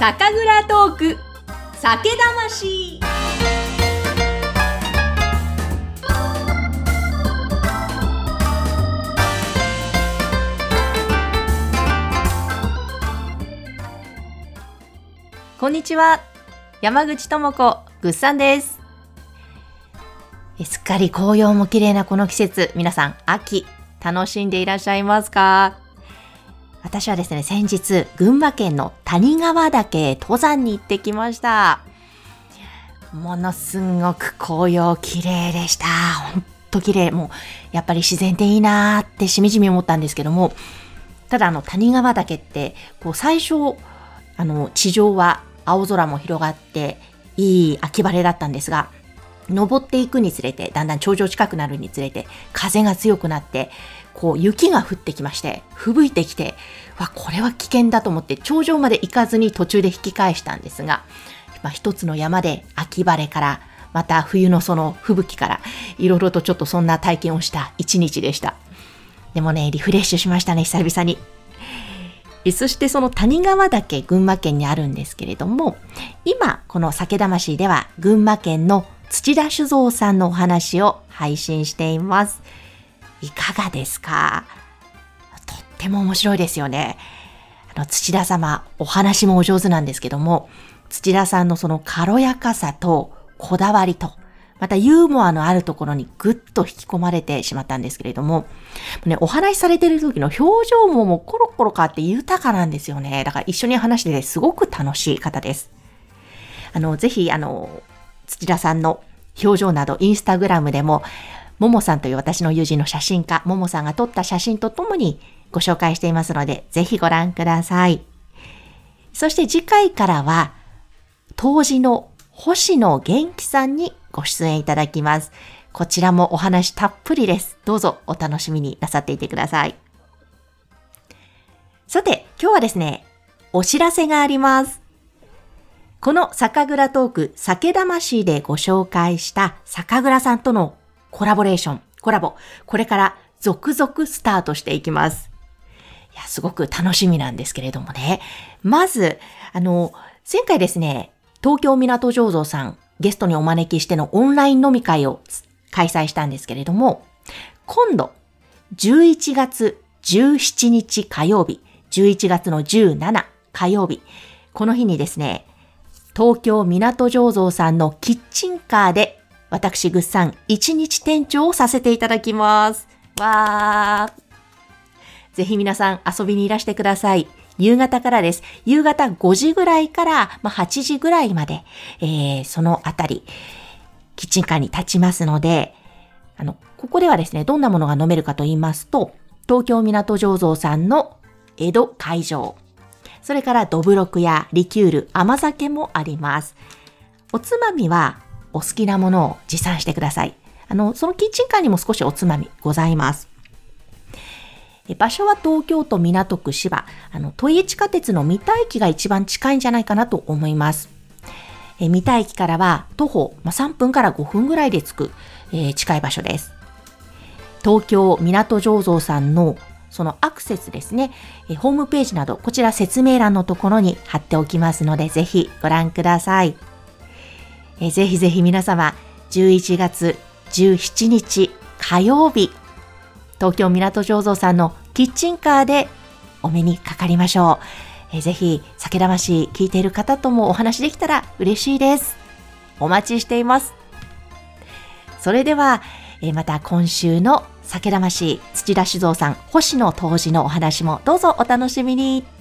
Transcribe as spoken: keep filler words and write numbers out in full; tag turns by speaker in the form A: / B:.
A: 酒蔵トーク酒魂。こんにちは、山口智子ぐっさんです。すっかり紅葉も綺麗なこの季節、皆さん秋楽しんでいらっしゃいますか？私はですね、先日群馬県の谷川岳へ登山に行ってきました。ものすごく紅葉綺麗でした。ほんと綺麗。もうやっぱり自然っていいなーってしみじみ思ったんですけども、ただあの谷川岳ってこう最初あの地上は青空も広がっていい秋晴れだったんですが、登っていくにつれて、だんだん頂上近くなるにつれて風が強くなって、こう雪が降ってきまして、吹雪いてきて、わ、これは危険だと思って頂上まで行かずに途中で引き返したんですが、まあ、一つの山で秋晴れから、また冬のその吹雪から、いろいろとちょっとそんな体験をした一日でした。でもね、リフレッシュしましたね、久々に。そしてその谷川岳、群馬県にあるんですけれども、今この酒魂では群馬県の土田酒造さんのお話を配信しています。いかがですか？とっても面白いですよね。あの土田様、お話もお上手なんですけども、土田さんのその軽やかさとこだわりと、またユーモアのあるところにぐっと引き込まれてしまったんですけれども、ね、お話しされている時の表情ももうコロコロ変わって豊かなんですよね。だから一緒に話しててすごく楽しい方です。あの、ぜひ、あの、土田さんの表情などインスタグラムでも、ももさんという私の友人の写真家、ももさんが撮った写真とともにご紹介していますので、ぜひご覧ください。そして次回からは、杜氏の星野元気さんにご出演いただきます。こちらもお話たっぷりです。どうぞお楽しみになさっていてください。さて、今日はですね、お知らせがあります。この酒蔵トーク、酒魂でご紹介した酒蔵さんとのコラボレーション、コラボ、これから続々スタートしていきます。いや、すごく楽しみなんですけれどもね。まず、あの、前回ですね、東京港醸造さん、ゲストにお招きしてのオンライン飲み会を開催したんですけれども、今度、じゅういちがつじゅうしちにち火曜日、じゅういちがつのじゅうしちにち火曜日、この日にですね、東京港醸造さんのキッチンカーで、私ぐっさん一日店長をさせていただきます。わー。ぜひ皆さん遊びにいらしてください。夕方からです。夕方ごじぐらいから、まあ、はちじぐらいまで、えー、そのあたり、キッチンカーに立ちますので、あの、ここではですね、どんなものが飲めるかと言いますと、東京港醸造さんの江戸海上、それからどぶろくやリキュール、甘酒もあります。おつまみはお好きなものを持参してください。あの、そのキッチンカーにも少しおつまみございます。場所は東京都港区芝、あの、都営地下鉄の三田駅が一番近いんじゃないかなと思います。え三田駅からは徒歩、まあ、さんぷんからごふんぐらいで着く、えー、近い場所です。東京港醸造さんのそのアクセスですね、えホームページなど、こちら説明欄のところに貼っておきますので、ぜひご覧ください。えぜひぜひ皆様、じゅういちがつじゅうしちにち火曜日、東京港醸造さんのキッチンカーでお目にかかりましょう。えぜひ、酒魂聞いている方ともお話できたら嬉しいです。お待ちしています。それでは、えまた今週の酒魂、土田酒造さん、星野杜氏のお話もどうぞお楽しみに。